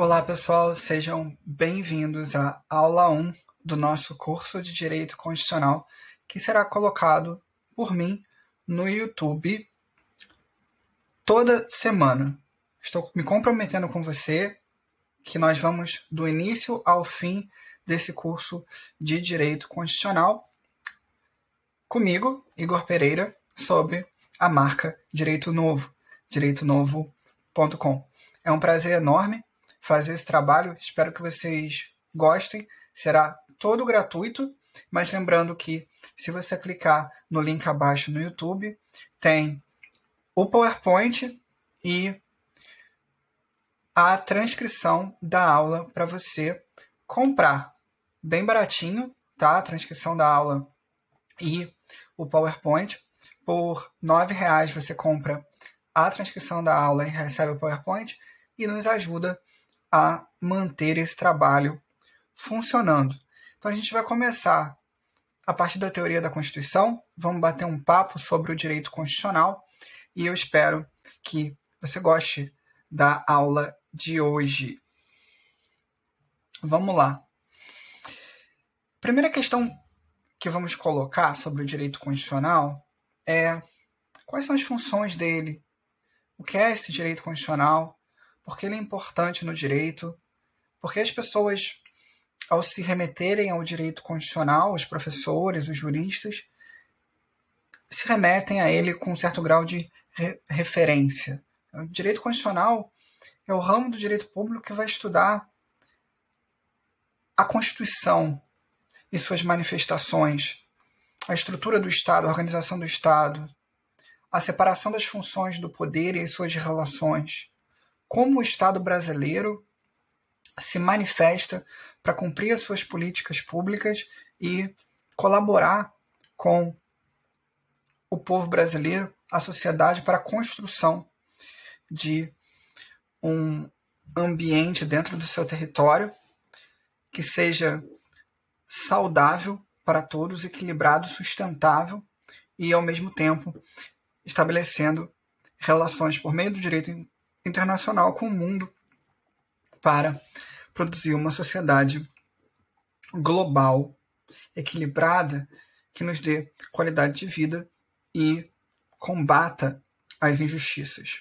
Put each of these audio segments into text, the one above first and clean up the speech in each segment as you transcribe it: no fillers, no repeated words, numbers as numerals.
Olá, pessoal, sejam bem-vindos à aula 1 do nosso curso de Direito Constitucional, que será colocado por mim no YouTube toda semana. Estou me comprometendo com você que nós vamos do início ao fim desse curso de Direito Constitucional comigo, Igor Pereira, sob a marca Direito Novo, direitonovo.com. É um prazer enorme fazer esse trabalho, espero que vocês gostem, será todo gratuito, mas lembrando que se você clicar no link abaixo no YouTube, tem o PowerPoint e a transcrição da aula para você comprar. Bem baratinho, tá? A transcrição da aula e o PowerPoint. Por R$ 9,00 você compra a transcrição da aula e recebe o PowerPoint e nos ajuda a manter esse trabalho funcionando. Então a gente vai começar a partir da teoria da Constituição, vamos bater um papo sobre o direito constitucional e eu espero que você goste da aula de hoje. Vamos lá. Primeira questão que vamos colocar sobre o direito constitucional é quais são as funções dele, o que é esse direito constitucional, por que ele é importante no direito, porque as pessoas, ao se remeterem ao direito constitucional, os professores, os juristas, se remetem a ele com um certo grau de referência. O direito constitucional é o ramo do direito público que vai estudar a Constituição e suas manifestações, a estrutura do Estado, a organização do Estado, a separação das funções do poder e as suas relações, como o Estado brasileiro se manifesta para cumprir as suas políticas públicas e colaborar com o povo brasileiro, a sociedade, para a construção de um ambiente dentro do seu território que seja saudável para todos, equilibrado, sustentável e, ao mesmo tempo, estabelecendo relações por meio do direito internacional com o mundo para produzir uma sociedade global, equilibrada, que nos dê qualidade de vida e combata as injustiças.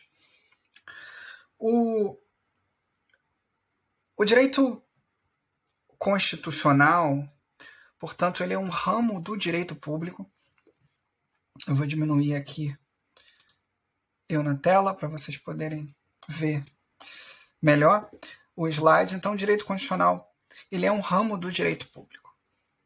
O direito constitucional, portanto, ele é um ramo do direito público. Eu vou diminuir aqui eu na tela para vocês poderem ver melhor o slide. Então, o direito constitucional ele é um ramo do direito público.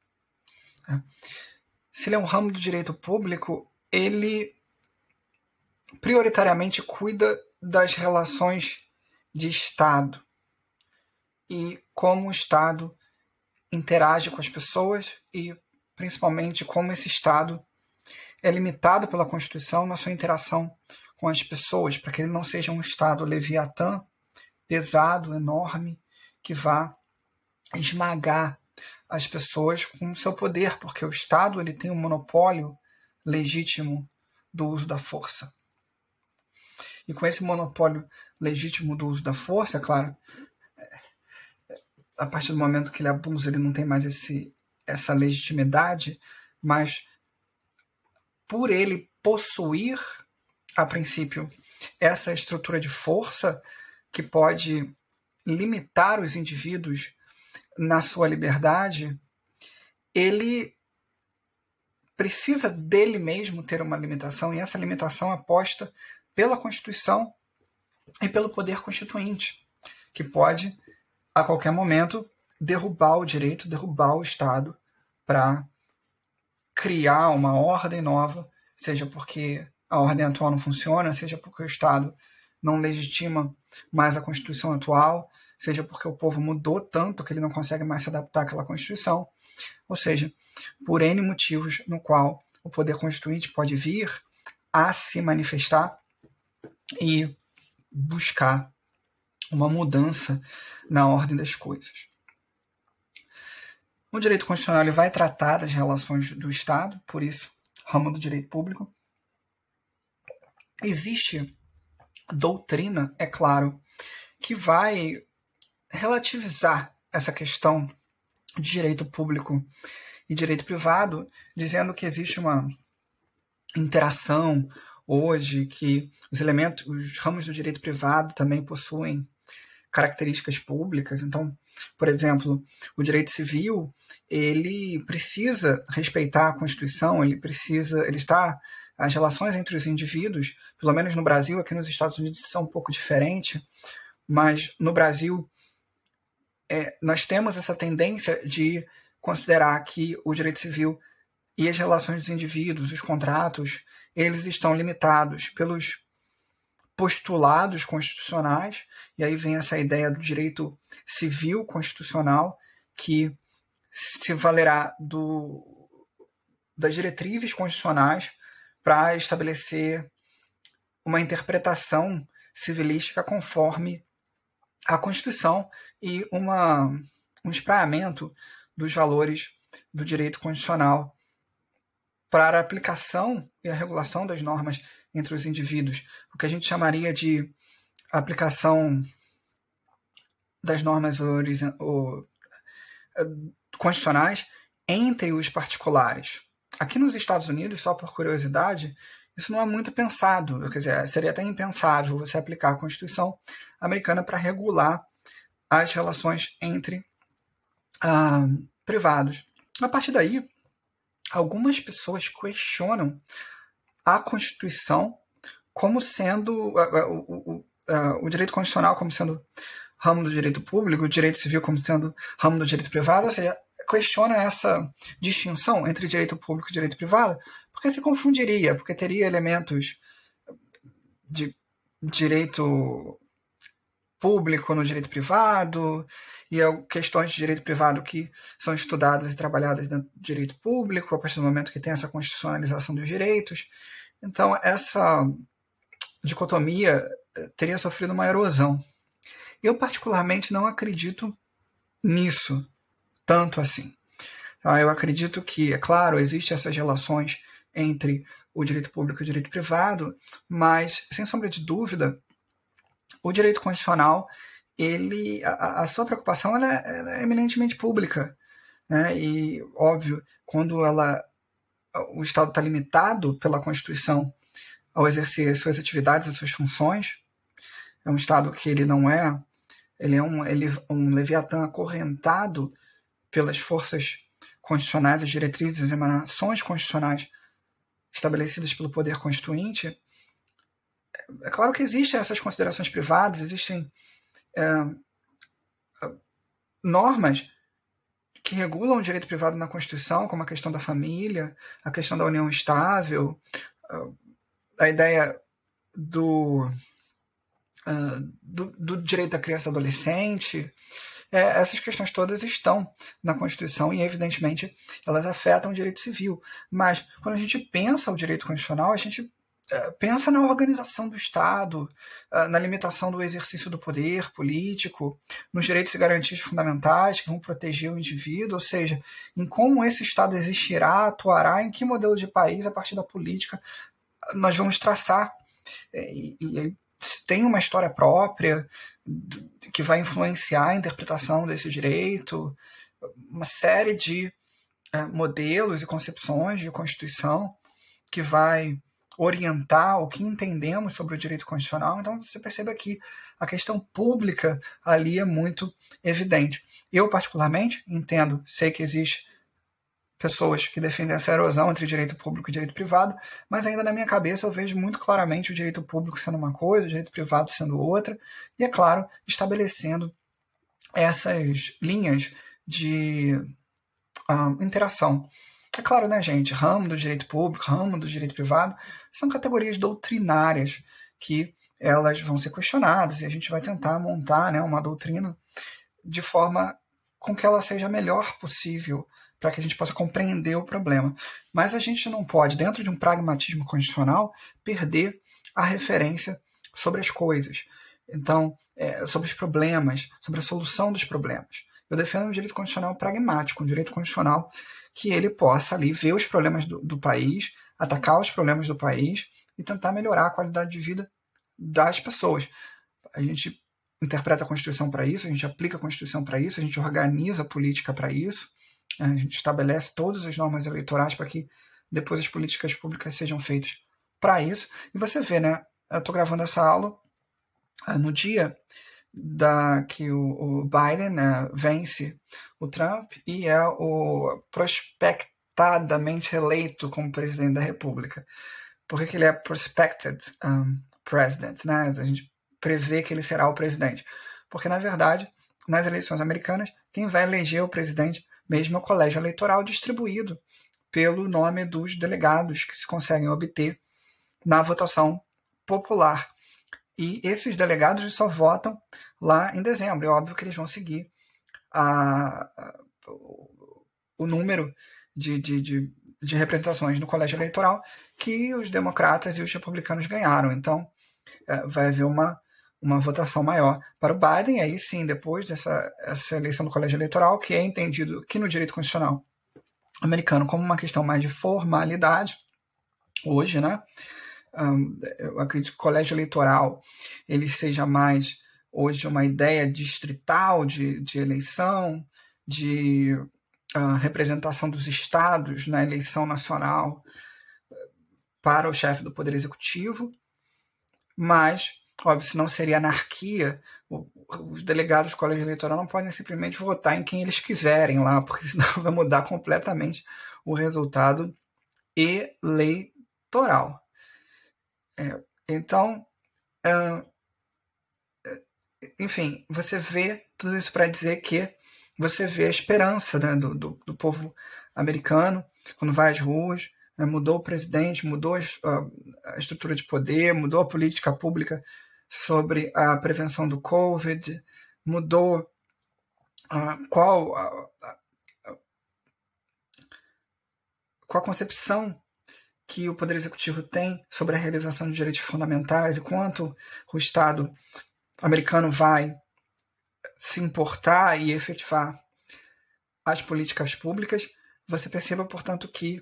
Se ele é um ramo do direito público, ele prioritariamente cuida das relações de Estado e como o Estado interage com as pessoas e, principalmente, como esse Estado é limitado pela Constituição na sua interação com as pessoas, para que ele não seja um Estado leviatã, pesado, enorme, que vá esmagar as pessoas com o seu poder, porque o Estado ele tem um monopólio legítimo do uso da força. E com esse monopólio legítimo do uso da força, é claro, a partir do momento que ele abusa, ele não tem mais essa legitimidade, mas por ele possuir, a princípio, essa estrutura de força que pode limitar os indivíduos na sua liberdade, ele precisa dele mesmo ter uma limitação, e essa limitação é posta pela Constituição e pelo poder constituinte, que pode, a qualquer momento, derrubar o direito, derrubar o Estado para criar uma ordem nova, seja porque a ordem atual não funciona, seja porque o Estado não legitima mais a Constituição atual, seja porque o povo mudou tanto que ele não consegue mais se adaptar àquela Constituição, ou seja, por N motivos no qual o poder constituinte pode vir a se manifestar e buscar uma mudança na ordem das coisas. O direito constitucional ele vai tratar das relações do Estado, por isso, ramo do direito público. Existe doutrina, é claro, que vai relativizar essa questão de direito público e direito privado, dizendo que existe uma interação hoje, que os ramos do direito privado também possuem características públicas. Então, por exemplo, o direito civil, ele precisa respeitar a Constituição, as relações entre os indivíduos, pelo menos no Brasil, aqui nos Estados Unidos são um pouco diferentes, mas no Brasil nós temos essa tendência de considerar que o direito civil e as relações dos indivíduos, os contratos, eles estão limitados pelos postulados constitucionais, e aí vem essa ideia do direito civil constitucional, que se valerá das diretrizes constitucionais para estabelecer uma interpretação civilística conforme a Constituição e um espraiamento dos valores do direito constitucional para a aplicação e a regulação das normas entre os indivíduos, o que a gente chamaria de aplicação das normas constitucionais entre os particulares. Aqui nos Estados Unidos, só por curiosidade, isso não é muito pensado, quer dizer, seria até impensável você aplicar a Constituição americana para regular as relações entre privados. A partir daí, algumas pessoas questionam a Constituição como sendo o direito constitucional como sendo ramo do direito público, o direito civil como sendo ramo do direito privado, ou seja, questiona essa distinção entre direito público e direito privado, porque se confundiria, porque teria elementos de direito público no direito privado, e questões de direito privado que são estudadas e trabalhadas dentro do direito público, a partir do momento que tem essa constitucionalização dos direitos. Então, essa dicotomia teria sofrido uma erosão. Eu, particularmente, não acredito nisso tanto assim. Eu acredito que, é claro, existem essas relações entre o direito público e o direito privado, mas, sem sombra de dúvida, o direito constitucional, a sua preocupação ela é eminentemente pública, né? E, óbvio, quando o Estado está limitado pela Constituição ao exercer as suas atividades, as suas funções, é um Estado que ele não é, ele é um leviatã acorrentado pelas forças constitucionais, as diretrizes, as emanações constitucionais estabelecidas pelo poder constituinte. É claro que existem essas considerações privadas, existem normas que regulam o direito privado na Constituição, como a questão da família, a questão da união estável, a ideia do direito à criança e adolescente. Essas questões todas estão na Constituição e, evidentemente, elas afetam o direito civil. Mas, quando a gente pensa o direito constitucional, a gente pensa na organização do Estado, na limitação do exercício do poder político, nos direitos e garantias fundamentais que vão proteger o indivíduo, ou seja, em como esse Estado existirá, atuará, em que modelo de país, a partir da política, nós vamos traçar. E tem uma história própria que vai influenciar a interpretação desse direito, uma série de modelos e concepções de Constituição que vai orientar o que entendemos sobre o direito constitucional. Então você percebe que a questão pública ali é muito evidente. Eu, particularmente, sei que existe pessoas que defendem essa erosão entre direito público e direito privado, mas ainda na minha cabeça eu vejo muito claramente o direito público sendo uma coisa, o direito privado sendo outra, e, é claro, estabelecendo essas linhas de interação. É claro, né, gente, ramo do direito público, ramo do direito privado, são categorias doutrinárias que elas vão ser questionadas e a gente vai tentar montar, né, uma doutrina de forma com que ela seja a melhor possível para que a gente possa compreender o problema. Mas a gente não pode, dentro de um pragmatismo constitucional, perder a referência sobre as coisas. Então, sobre os problemas, sobre a solução dos problemas. Eu defendo um direito constitucional pragmático, um direito constitucional que ele possa ali ver os problemas do país, atacar os problemas do país e tentar melhorar a qualidade de vida das pessoas. A gente interpreta a Constituição para isso, a gente aplica a Constituição para isso, a gente organiza a política para isso, a gente estabelece todas as normas eleitorais para que depois as políticas públicas sejam feitas para isso. E você vê, né? Eu estou gravando essa aula no dia que o Biden, né, vence o Trump e é o prospectadamente eleito como presidente da República. Por que ele é prospected president, né? A gente prevê que ele será o presidente. Porque, na verdade, nas eleições americanas, quem vai eleger o presidente mesmo é o colégio eleitoral distribuído pelo nome dos delegados que se conseguem obter na votação popular. E esses delegados só votam lá em dezembro. É óbvio que eles vão seguir o número de representações no colégio eleitoral que os democratas e os republicanos ganharam. Então, vai haver uma votação maior para o Biden. E aí sim, depois dessa eleição do colégio eleitoral, que é entendido aqui no direito constitucional americano como uma questão mais de formalidade, hoje, né? Eu acredito que o colégio eleitoral ele seja mais hoje uma ideia distrital de eleição, de representação dos estados na eleição nacional para o chefe do Poder Executivo, mas, óbvio, senão seria anarquia. Os delegados do colégio eleitoral não podem simplesmente votar em quem eles quiserem lá, porque senão vai mudar completamente o resultado eleitoral. Então, enfim, você vê tudo isso para dizer que você vê a esperança, né, do povo americano quando vai às ruas, né, mudou o presidente, mudou a estrutura de poder, mudou a política pública sobre a prevenção do Covid, mudou qual a concepção que o Poder Executivo tem sobre a realização de direitos fundamentais e quanto o Estado americano vai se importar e efetivar as políticas públicas. Você perceba, portanto, que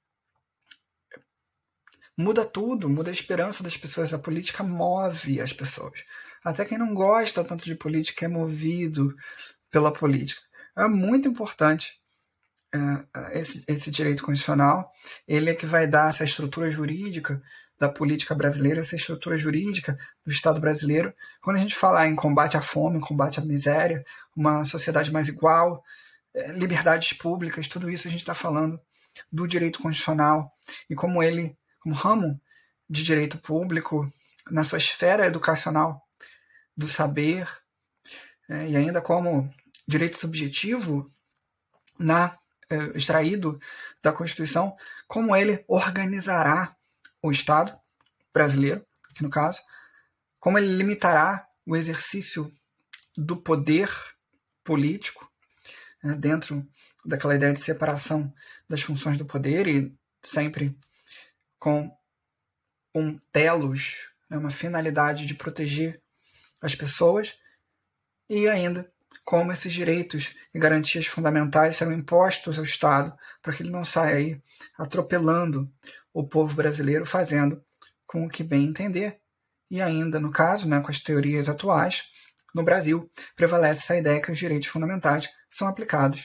muda tudo, muda a esperança das pessoas. A política move as pessoas. Até quem não gosta tanto de política é movido pela política. É muito importante esse direito constitucional. Ele é que vai dar essa estrutura jurídica da política brasileira, essa estrutura jurídica do Estado brasileiro. Quando a gente fala em combate à fome, combate à miséria, uma sociedade mais igual, liberdades públicas, tudo isso a gente está falando do direito constitucional e como ele, como ramo de direito público, na sua esfera educacional do saber, e ainda como direito subjetivo extraído da Constituição, como ele organizará o Estado brasileiro, aqui no caso, como ele limitará o exercício do poder político, dentro daquela ideia de separação das funções do poder e sempre com um telos, uma finalidade de proteger as pessoas, e ainda como esses direitos e garantias fundamentais serão impostos ao Estado para que ele não saia aí atropelando o povo brasileiro, fazendo com o que bem entender. E ainda, no caso, com as teorias atuais, no Brasil, prevalece essa ideia que os direitos fundamentais são aplicados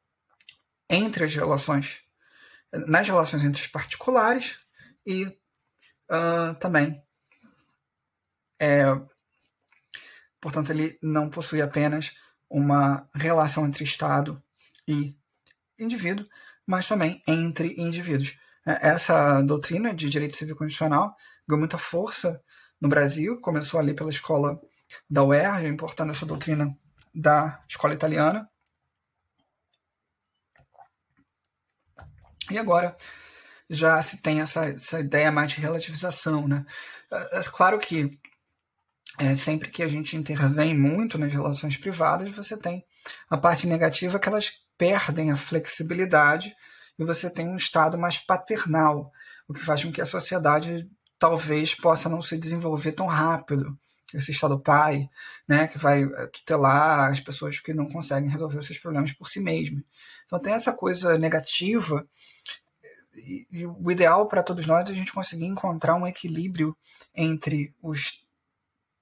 nas relações entre os particulares e também, portanto, ele não possui apenas uma relação entre Estado e indivíduo, mas também entre indivíduos. Essa doutrina de direito civil constitucional ganhou muita força no Brasil, começou ali pela escola da UERJ, importando essa doutrina da escola italiana. E agora já se tem essa ideia mais de relativização, né? É claro que sempre que a gente intervém muito nas relações privadas, você tem a parte negativa que elas perdem a flexibilidade e você tem um Estado mais paternal, o que faz com que a sociedade talvez possa não se desenvolver tão rápido. Esse Estado pai, né, que vai tutelar as pessoas que não conseguem resolver os seus problemas por si mesmas. Então tem essa coisa negativa e o ideal para todos nós é a gente conseguir encontrar um equilíbrio entre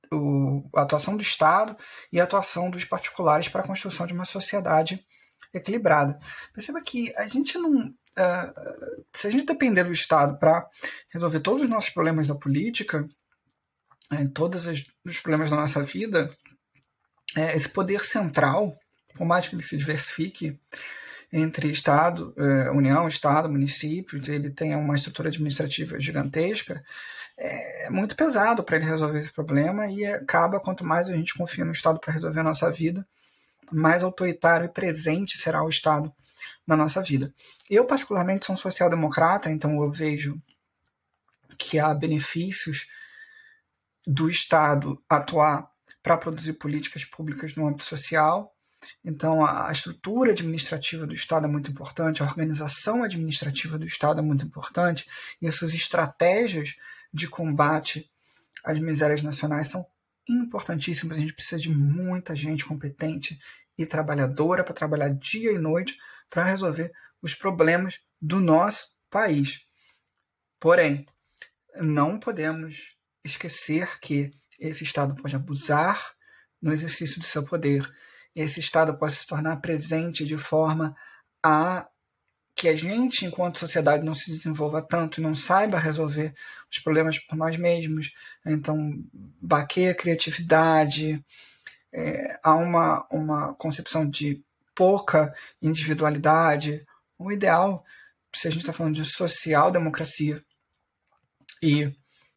a atuação do Estado e a atuação dos particulares para a construção de uma sociedade equilibrada. Perceba que a gente não... se a gente depender do Estado para resolver todos os nossos problemas da política, todos os problemas da nossa vida, esse poder central, por mais que ele se diversifique entre Estado, União, Estado, municípios, ele tenha uma estrutura administrativa gigantesca, é muito pesado para ele resolver esse problema e acaba, quanto mais a gente confia no Estado para resolver a nossa vida, mais autoritário e presente será o Estado na nossa vida. Eu, particularmente, sou um social-democrata, então eu vejo que há benefícios do Estado atuar para produzir políticas públicas no âmbito social. Então, a estrutura administrativa do Estado é muito importante, a organização administrativa do Estado é muito importante, e as suas estratégias de combate às misérias nacionais são importantíssimas. A gente precisa de muita gente competente e trabalhadora para trabalhar dia e noite para resolver os problemas do nosso país. Porém, não podemos esquecer que esse Estado pode abusar no exercício do seu poder. Esse Estado pode se tornar presente de forma a que a gente, enquanto sociedade, não se desenvolva tanto e não saiba resolver os problemas por nós mesmos. Então, baqueia a criatividade, há uma concepção de pouca individualidade. O ideal, se a gente está falando de social-democracia e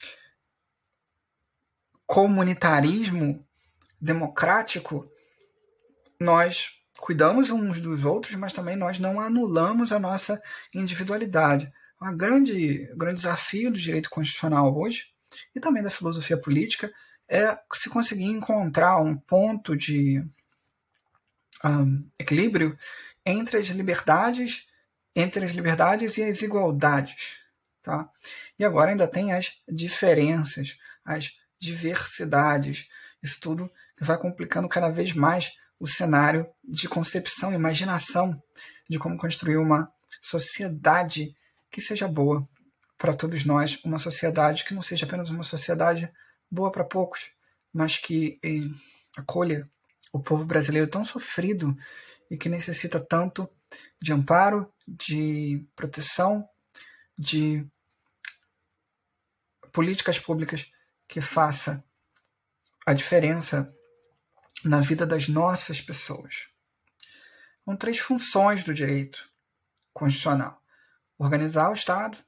comunitarismo democrático, nós cuidamos uns dos outros, mas também nós não anulamos a nossa individualidade. Um grande desafio do direito constitucional hoje, e também da filosofia política, é se conseguir encontrar um ponto de equilíbrio entre as liberdades e as igualdades. Tá? E agora ainda tem as diferenças, as diversidades. Isso tudo vai complicando cada vez mais o cenário de concepção, imaginação de como construir uma sociedade que seja boa para todos nós, uma sociedade que não seja apenas uma sociedade boa para poucos, mas que acolha o povo brasileiro tão sofrido e que necessita tanto de amparo, de proteção, de políticas públicas que faça a diferença na vida das nossas pessoas. São 3 funções do direito constitucional: organizar o Estado.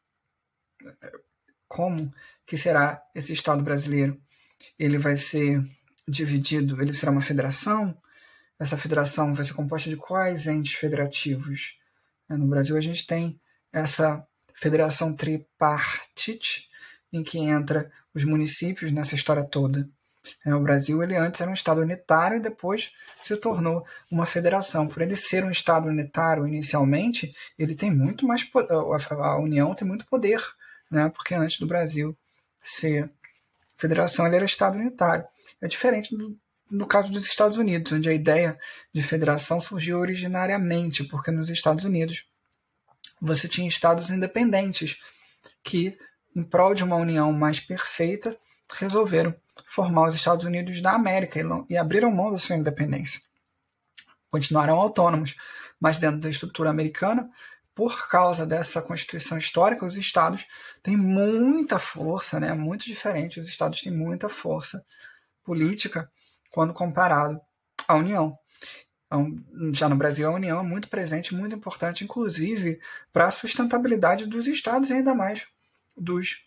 Como que será esse Estado brasileiro? Ele vai ser dividido, ele será uma federação. Essa federação vai ser composta de quais entes federativos? No Brasil a gente tem essa federação tripartite, em que entra os municípios nessa história toda. O Brasil, ele antes era um Estado unitário e depois se tornou uma federação. Por ele ser um Estado unitário inicialmente, ele tem muito mais a União tem muito poder, né? Porque antes do Brasil ser federação, ele era Estado unitário. É diferente no caso dos Estados Unidos, onde a ideia de federação surgiu originariamente, porque nos Estados Unidos você tinha estados independentes que, em prol de uma união mais perfeita, resolveram formar os Estados Unidos da América e abriram mão da sua independência. Continuaram autônomos, mas dentro da estrutura americana, por causa dessa Constituição histórica, os estados têm muita força, né? Muito diferente, os estados têm muita força política quando comparado à União. Então, já no Brasil, a União é muito presente, muito importante, inclusive para a sustentabilidade dos estados e ainda mais dos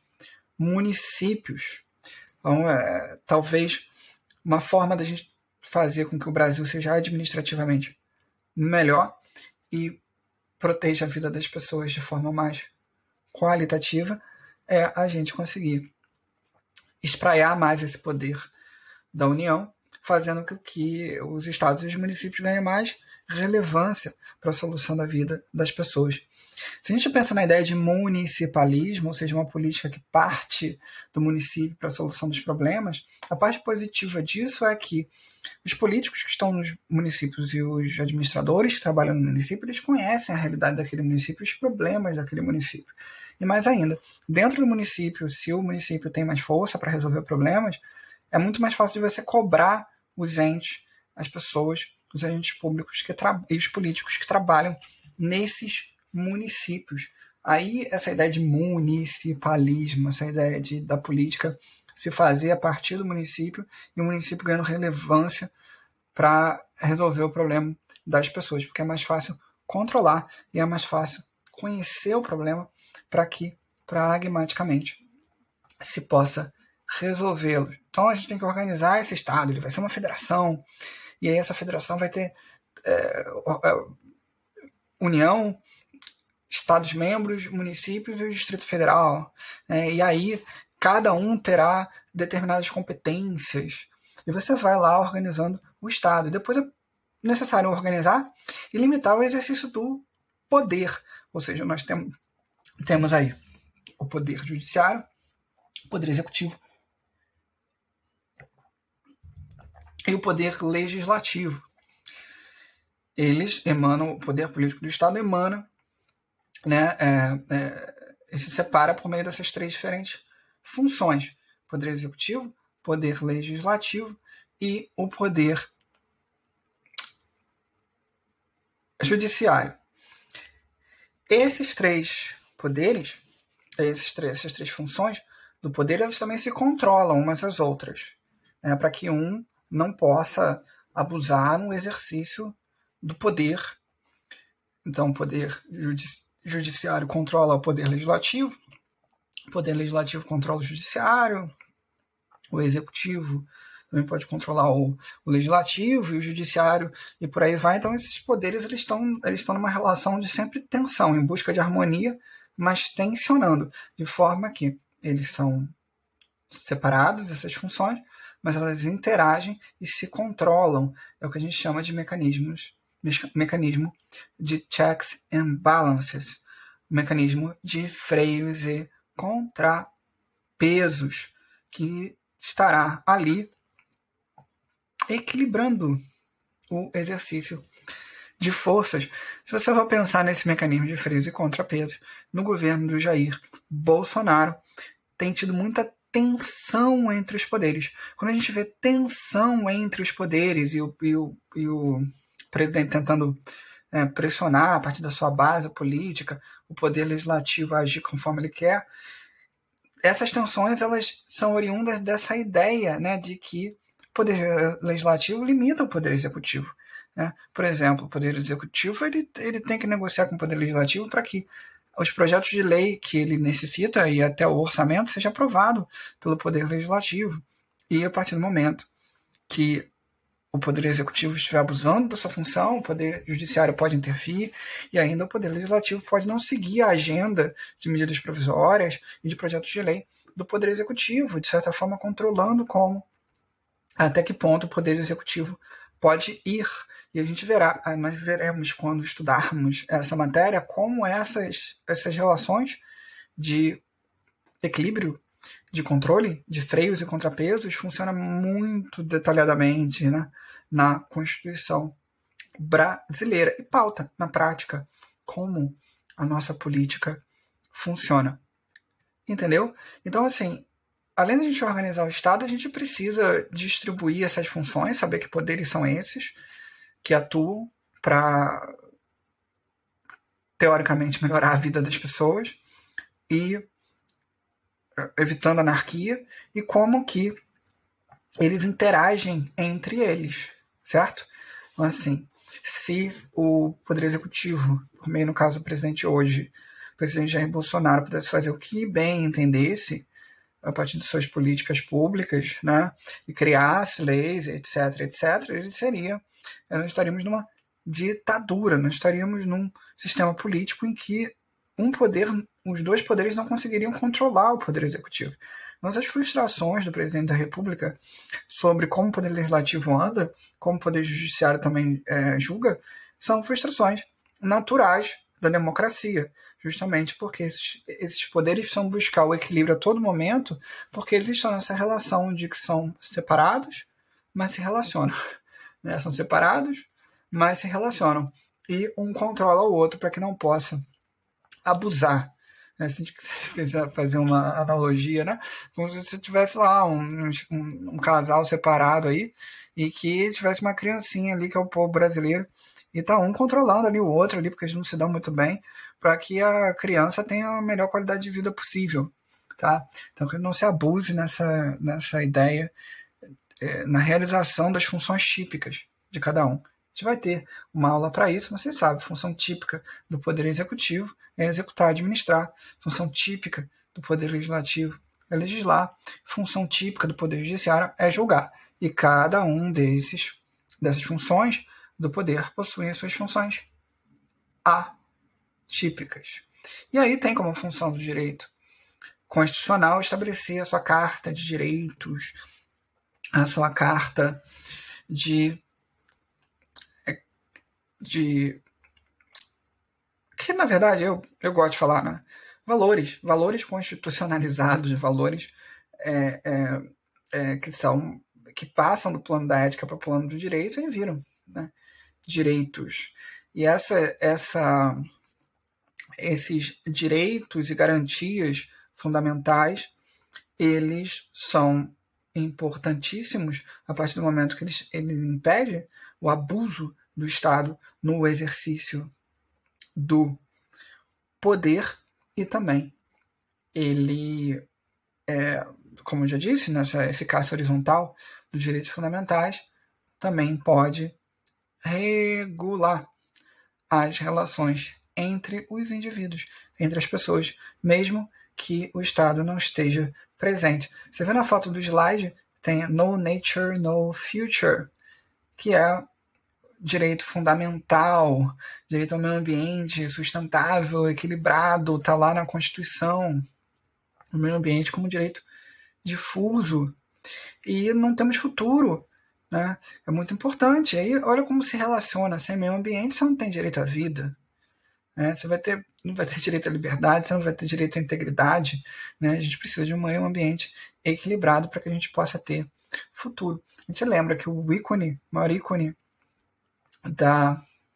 municípios. Então, talvez uma forma da gente fazer com que o Brasil seja administrativamente melhor e proteja a vida das pessoas de forma mais qualitativa é a gente conseguir espraiar mais esse poder da União, fazendo com que os estados e os municípios ganhem mais relevância para a solução da vida das pessoas. Se a gente pensa na ideia de municipalismo, ou seja, uma política que parte do município para a solução dos problemas, a parte positiva disso é que os políticos que estão nos municípios e os administradores que trabalham no município, eles conhecem a realidade daquele município e os problemas daquele município. E mais ainda, dentro do município, se o município tem mais força para resolver problemas, é muito mais fácil de você cobrar os entes, as pessoas, os agentes públicos e os políticos que trabalham nesses municípios. Aí essa ideia de municipalismo, essa ideia da política se fazer a partir do município e o município ganhando relevância para resolver o problema das pessoas, porque é mais fácil controlar e é mais fácil conhecer o problema para que pragmaticamente se possa resolvê-lo. Então a gente tem que organizar esse Estado, ele vai ser uma federação, e aí essa federação vai ter União, Estados-membros, municípios e o Distrito Federal. E aí cada um terá determinadas competências, e você vai lá organizando o Estado. Depois é necessário organizar e limitar o exercício do poder. Ou seja, nós temos aí o poder judiciário, o poder executivo e o poder legislativo. Eles emanam, o poder político do Estado emana, né, e se separa por meio dessas três diferentes funções: poder executivo, poder legislativo e o poder judiciário. Esses três poderes, essas três funções do poder, elas também se controlam umas às outras, né, para que um não possa abusar no exercício do poder. Então, o poder judiciário controla o poder legislativo controla o judiciário, o executivo também pode controlar o legislativo e o judiciário, e por aí vai. Então esses poderes eles estão numa relação de sempre tensão, em busca de harmonia, mas tensionando, de forma que eles são separados, essas funções, mas elas interagem e se controlam. É o que a gente chama de mecanismo de checks and balances, mecanismo de freios e contrapesos, que estará ali equilibrando o exercício de forças. Se você for pensar nesse mecanismo de freios e contrapesos, no governo do Jair Bolsonaro tem tido muita tensão entre os poderes. Quando a gente vê tensão entre os poderes e o presidente tentando pressionar a partir da sua base política, o poder legislativo a agir conforme ele quer, essas tensões elas são oriundas dessa ideia, né, de que o poder legislativo limita o poder executivo. Né? Por exemplo, o poder executivo ele tem que negociar com o poder legislativo para que os projetos de lei que ele necessita e até o orçamento seja aprovado pelo poder legislativo. E a partir do momento que o poder executivo estiver abusando da sua função, o poder judiciário pode intervir, e ainda o poder legislativo pode não seguir a agenda de medidas provisórias e de projetos de lei do poder executivo, de certa forma controlando até que ponto o poder executivo pode ir. E a gente nós veremos quando estudarmos essa matéria como essas relações de equilíbrio, de controle, de freios e contrapesos funcionam muito detalhadamente, né, na Constituição brasileira e pauta na prática como a nossa política funciona. Entendeu? Então, assim, além de a gente organizar o Estado, a gente precisa distribuir essas funções, saber que poderes são esses que atuam para, teoricamente, melhorar a vida das pessoas e evitando anarquia, e como que eles interagem entre eles, certo? Então, assim, se o Poder Executivo, como no caso o presidente hoje, o presidente Jair Bolsonaro, pudesse fazer o que bem entendesse a partir de suas políticas públicas, né, e criasse leis, etc., nós estaríamos numa ditadura, nós estaríamos num sistema político em que os dois poderes não conseguiriam controlar o poder executivo. Mas as frustrações do presidente da República sobre como o poder legislativo anda, como o poder judiciário também julga, são frustrações naturais da democracia, justamente porque esses poderes precisam buscar o equilíbrio a todo momento, porque eles estão nessa relação de que são separados, mas se relacionam. Né? São separados, mas se relacionam. E um controla o outro para que não possa abusar. né? Se a gente quiser fazer uma analogia, né? Como se você tivesse lá um casal separado aí e que tivesse uma criancinha ali, que é o povo brasileiro, e tá um controlando ali o outro ali, porque eles não se dão muito bem, para que a criança tenha a melhor qualidade de vida possível, tá? Então que não se abuse nessa ideia, na realização das funções típicas de cada um. A gente vai ter uma aula para isso, você sabe, função típica do Poder Executivo é executar, administrar, função típica do Poder Legislativo é legislar, função típica do Poder Judiciário é julgar. E cada um dessas funções do poder possuem suas funções atípicas. E aí tem como função do direito constitucional estabelecer a sua carta de direitos, a sua carta de que na verdade eu gosto de falar, né? Valores constitucionalizados, valores que passam do plano da ética para o plano do direito e viram, né, direitos. E esses direitos e garantias fundamentais, eles são importantíssimos a partir do momento que ele impede o abuso do Estado no exercício do poder, e também ele, como eu já disse, nessa eficácia horizontal dos direitos fundamentais, também pode regular as relações entre os indivíduos, entre as pessoas, mesmo que o Estado não esteja presente. Você vê na foto do slide, tem No Nature, No Future, que é direito fundamental, direito ao meio ambiente sustentável, equilibrado, está lá na Constituição, o meio ambiente como direito difuso, e não temos futuro, né? É muito importante. Aí olha como se relaciona. Sem meio ambiente você não tem direito à vida, né? Você não vai ter direito à liberdade, você não vai ter direito à integridade, né? A gente precisa de um meio ambiente equilibrado para que a gente possa ter futuro. A gente lembra que o maior ícone da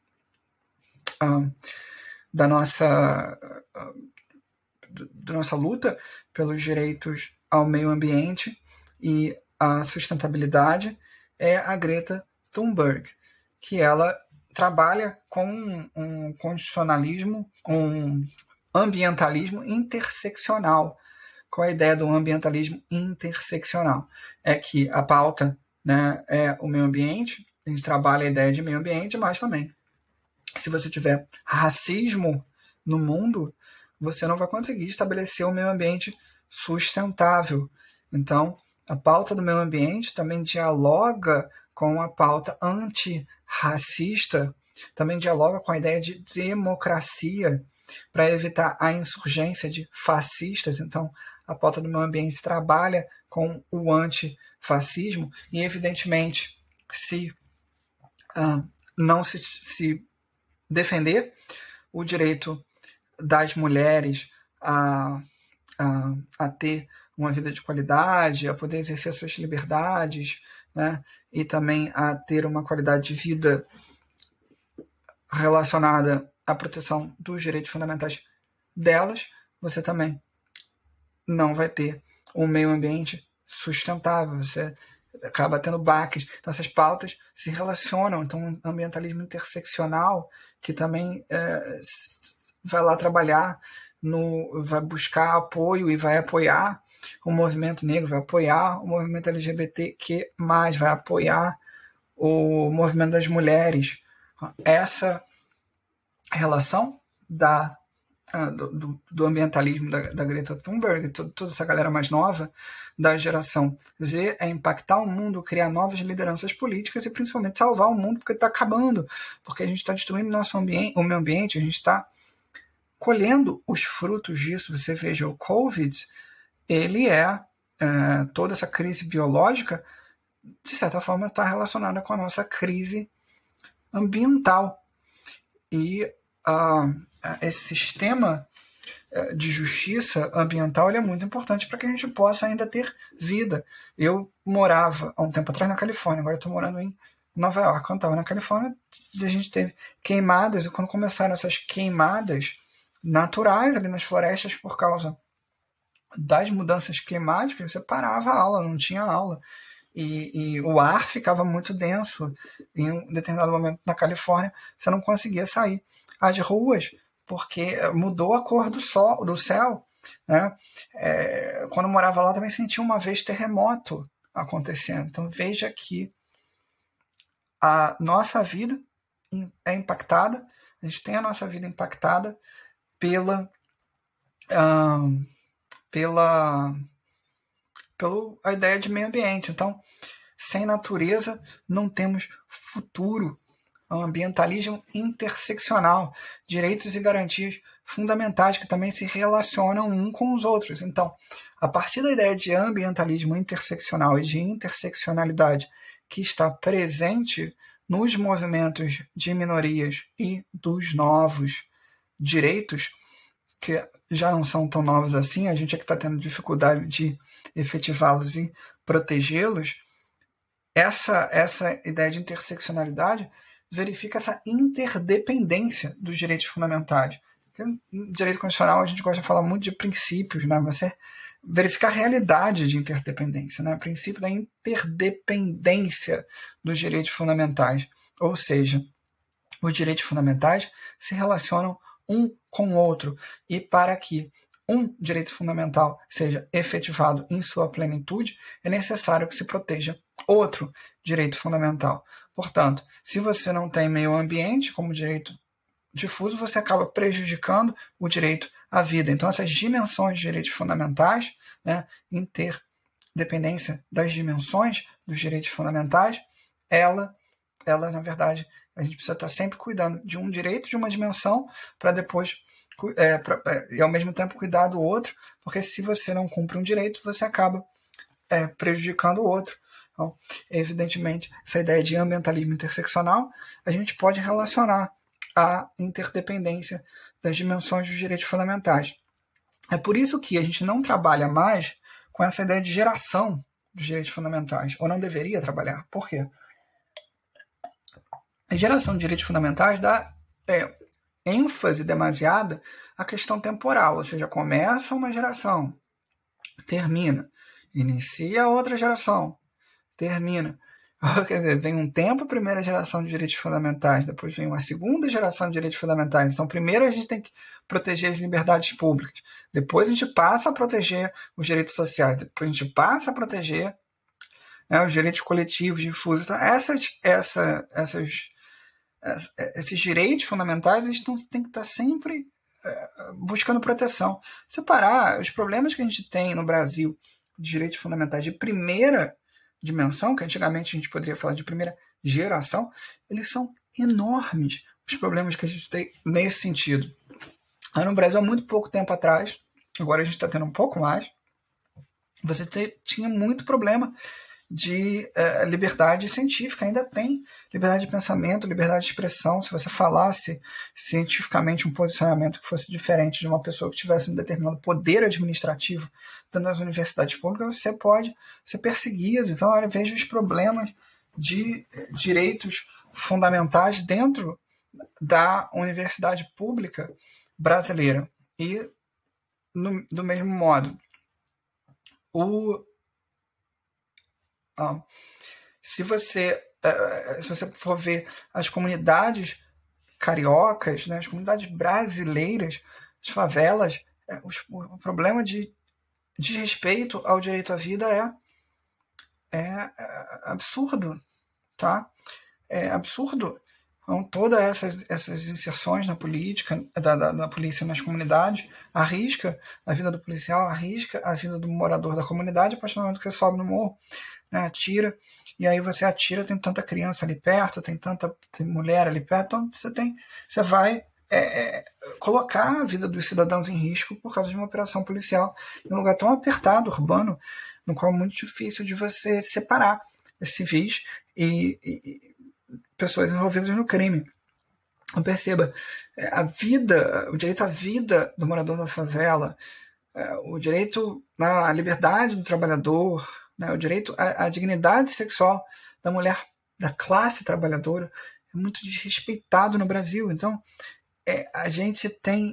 nossa luta pelos direitos ao meio ambiente e à sustentabilidade é a Greta Thunberg, que ela trabalha com um constitucionalismo, um ambientalismo interseccional. Qual é a ideia do ambientalismo interseccional? É que a pauta, né, é o meio ambiente, a gente trabalha a ideia de meio ambiente, mas também, se você tiver racismo no mundo, você não vai conseguir estabelecer um meio ambiente sustentável. Então, a pauta do meio ambiente também dialoga com a pauta antirracista, também dialoga com a ideia de democracia para evitar a insurgência de fascistas. Então, a pauta do meio ambiente trabalha com o antifascismo e, evidentemente, se não se defender o direito das mulheres a ter uma vida de qualidade, a poder exercer suas liberdades, né, e também a ter uma qualidade de vida relacionada à proteção dos direitos fundamentais delas, você também não vai ter um meio ambiente sustentável, você acaba tendo baques. Então essas pautas se relacionam. Então um ambientalismo interseccional que também vai lá trabalhar, vai buscar apoio e vai apoiar o movimento negro, vai apoiar o movimento LGBTQ+, vai apoiar o movimento das mulheres. Essa relação do ambientalismo da Greta Thunberg, toda essa galera mais nova da geração Z, é impactar o mundo, criar novas lideranças políticas e principalmente salvar o mundo, porque está acabando, porque a gente está destruindo o meio ambiente, a gente está colhendo os frutos disso. Você veja, o Covid, ele toda essa crise biológica, de certa forma, está relacionada com a nossa crise ambiental. E esse sistema de justiça ambiental ele é muito importante para que a gente possa ainda ter vida. Eu morava há um tempo atrás na Califórnia, agora estou morando em Nova York. Quando estava na Califórnia, a gente teve queimadas, e quando começaram essas queimadas naturais ali nas florestas por causa das mudanças climáticas. Você parava a aula, não tinha aula. E o ar ficava muito denso. Em um determinado momento na Califórnia, você não conseguia sair às ruas, porque mudou a cor do céu. Né? Quando eu morava lá, também senti uma vez terremoto acontecendo. Então veja que a nossa vida é impactada, a gente tem a nossa vida impactada pela a ideia de meio ambiente. Então, sem natureza não temos futuro. Ambientalismo interseccional, direitos e garantias fundamentais que também se relacionam um com os outros. Então, a partir da ideia de ambientalismo interseccional e de interseccionalidade que está presente nos movimentos de minorias e dos novos direitos, que já não são tão novos assim, a gente é que está tendo dificuldade de efetivá-los e protegê-los. Essa ideia de interseccionalidade verifica essa interdependência dos direitos fundamentais. No direito constitucional a gente gosta de falar muito de princípios, né? Você verifica a realidade de interdependência, né? O princípio da interdependência dos direitos fundamentais. Ou seja, os direitos fundamentais se relacionam um com o outro, e para que um direito fundamental seja efetivado em sua plenitude, é necessário que se proteja outro direito fundamental. Portanto, se você não tem meio ambiente como direito difuso, você acaba prejudicando o direito à vida. Então, essas dimensões de direitos fundamentais, né, interdependência das dimensões dos direitos fundamentais, elas, na verdade, a gente precisa estar sempre cuidando de um direito, de uma dimensão, para depois, e ao mesmo tempo, cuidar do outro, porque se você não cumpre um direito, você acaba prejudicando o outro. Então, evidentemente, essa ideia de ambientalismo interseccional, a gente pode relacionar a interdependência das dimensões dos direitos fundamentais. É por isso que a gente não trabalha mais com essa ideia de geração dos direitos fundamentais, ou não deveria trabalhar. Por quê? A geração de direitos fundamentais dá ênfase demasiada à questão temporal, ou seja, começa uma geração, termina, inicia outra geração, termina. Quer dizer, vem um tempo a primeira geração de direitos fundamentais, depois vem uma segunda geração de direitos fundamentais. Então, primeiro a gente tem que proteger as liberdades públicas, depois a gente passa a proteger os direitos sociais, depois a gente passa a proteger os direitos coletivos, difusos. Então, esses direitos fundamentais, eles têm que estar sempre buscando proteção. Separar os problemas que a gente tem no Brasil de direitos fundamentais de primeira dimensão, que antigamente a gente poderia falar de primeira geração, eles são enormes, os problemas que a gente tem nesse sentido. No Brasil, há muito pouco tempo atrás, agora a gente está tendo um pouco mais, você tinha muito problema de liberdade científica, ainda tem liberdade de pensamento, liberdade de expressão. Se você falasse cientificamente um posicionamento que fosse diferente de uma pessoa que tivesse um determinado poder administrativo dentro das universidades públicas, você pode ser perseguido. Então, eu vejo os problemas de direitos fundamentais dentro da universidade pública brasileira. E, do mesmo modo, se você for ver as comunidades cariocas, né, as comunidades brasileiras, as favelas, o problema de desrespeito ao direito à vida é absurdo, tá? É absurdo. Então, todas essas inserções na política, da polícia nas comunidades, arrisca a vida do policial, arrisca a vida do morador da comunidade, a partir do momento que você sobe no morro, né, atira, e aí você atira, tem tanta criança ali perto, tem mulher ali perto, então você vai colocar a vida dos cidadãos em risco por causa de uma operação policial em um lugar tão apertado, urbano, no qual é muito difícil de você separar civis e pessoas envolvidas no crime. Então, perceba, o direito à vida do morador da favela, o direito à liberdade do trabalhador, né, o direito à dignidade sexual da mulher, da classe trabalhadora, é muito desrespeitado no Brasil. Então, a gente tem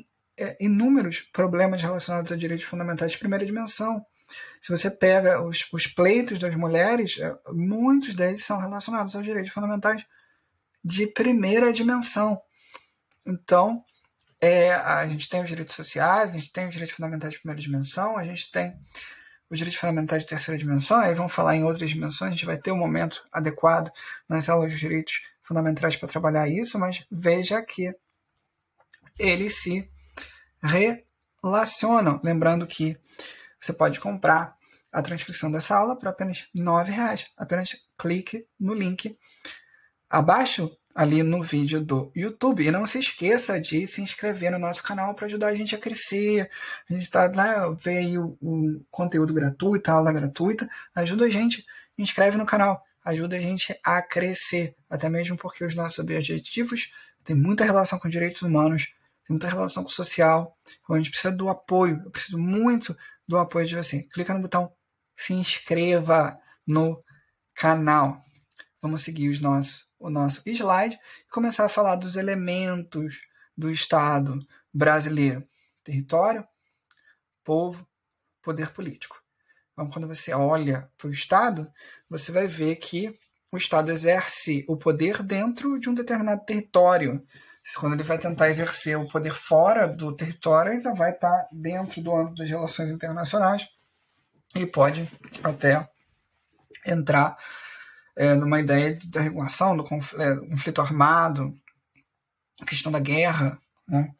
inúmeros problemas relacionados a direitos fundamentais de primeira dimensão. Se você pega os pleitos das mulheres, muitos deles são relacionados aos direitos fundamentais de primeira dimensão. Então, a gente tem os direitos sociais, a gente tem os direitos fundamentais de primeira dimensão, a gente tem os direitos fundamentais de terceira dimensão, aí vamos falar em outras dimensões, a gente vai ter um momento adequado nas aulas de direitos fundamentais para trabalhar isso, mas veja que eles se relacionam. Lembrando que você pode comprar a transcrição dessa aula por apenas R$ 9,00. Apenas clique no link abaixo ali no vídeo do YouTube. E não se esqueça de se inscrever no nosso canal para ajudar a gente a crescer. A gente está lá, vê aí o conteúdo gratuito, a aula gratuita. Ajuda a gente, inscreve no canal. Ajuda a gente a crescer. Até mesmo porque os nossos objetivos têm muita relação com direitos humanos, tem muita relação com o social. Então a gente precisa do apoio. Eu preciso muito do apoio de você. Clica no botão se inscreva no canal. Vamos seguir o nosso slide e começar a falar dos elementos do Estado brasileiro. Território, povo, poder político. Então, quando você olha para o Estado, você vai ver que o Estado exerce o poder dentro de um determinado território. Quando ele vai tentar exercer o poder fora do território, ele já vai estar dentro do âmbito das relações internacionais e pode até entrar numa ideia da regulação do conflito armado, a questão da guerra, né?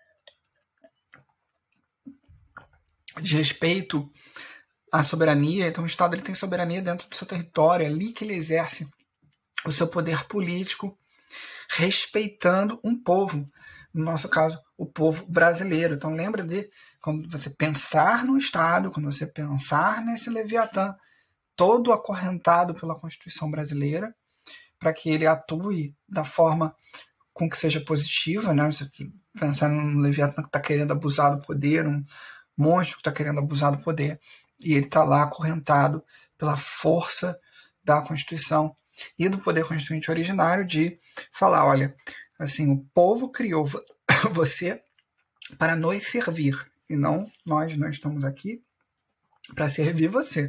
De respeito à soberania. Então o Estado ele tem soberania dentro do seu território, é ali que ele exerce o seu poder político, respeitando um povo, no nosso caso, o povo brasileiro. Então lembra de quando você pensar no Estado, quando você pensar nesse Leviatã, todo acorrentado pela Constituição brasileira, para que ele atue da forma com que seja positiva, né? Você pensar num Leviatã que está querendo abusar do poder, um monstro que está querendo abusar do poder, e ele está lá acorrentado pela força da Constituição e do poder constituinte originário de falar, olha, assim, o povo criou você para nos servir, e não nós estamos aqui para servir você.